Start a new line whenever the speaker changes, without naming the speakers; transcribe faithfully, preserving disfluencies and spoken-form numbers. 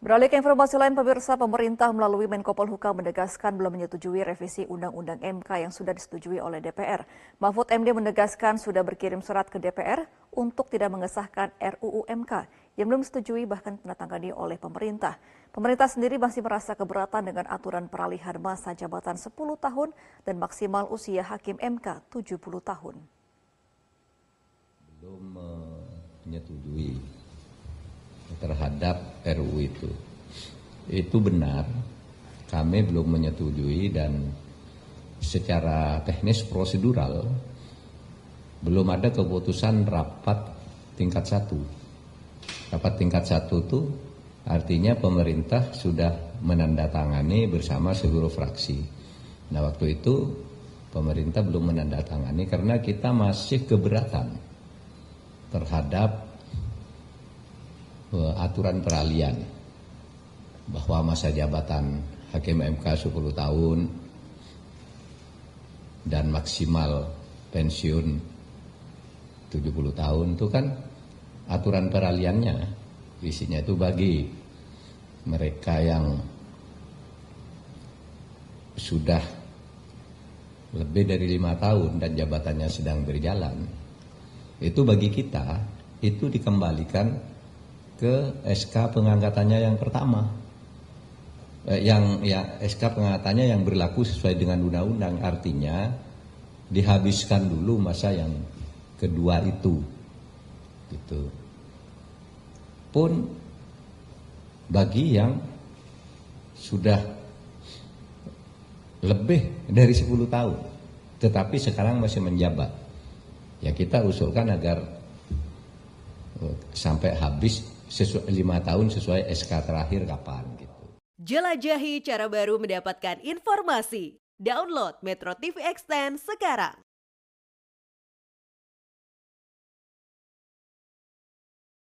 Beralih ke informasi lain, pemirsa, pemerintah melalui Menko Polhukam menegaskan belum menyetujui revisi Undang-Undang M K yang sudah disetujui oleh D P R. Mahfud M D menegaskan sudah berkirim surat ke D P R untuk tidak mengesahkan R U U M K yang belum disetujui bahkan ditandatangani oleh pemerintah. Pemerintah sendiri masih merasa keberatan dengan aturan peralihan masa jabatan sepuluh tahun dan maksimal usia hakim M K tujuh puluh tahun.
Belum menyetujui terhadap R U U itu. Itu benar, kami belum menyetujui dan secara teknis prosedural belum ada keputusan rapat tingkat satu. Rapat tingkat satu itu artinya pemerintah sudah menandatangani bersama seluruh fraksi. Nah, waktu itu pemerintah belum menandatangani karena kita masih keberatan terhadap aturan peralihan bahwa masa jabatan hakim M K sepuluh tahun dan maksimal pensiun tujuh puluh tahun itu kan aturan peralihannya, isinya itu bagi mereka yang sudah lebih dari lima tahun dan jabatannya sedang berjalan. Itu bagi kita itu dikembalikan ke S K pengangkatannya yang pertama, eh, yang ya S K pengangkatannya yang berlaku sesuai dengan undang-undang, artinya dihabiskan dulu masa yang kedua itu, gitu. Pun bagi yang sudah lebih dari sepuluh tahun, tetapi sekarang masih menjabat, ya kita usulkan agar sampai habis sesuai lima tahun sesuai S K terakhir kapan gitu.
Jelajahi cara baru mendapatkan informasi. Download Metro T V Extend sekarang.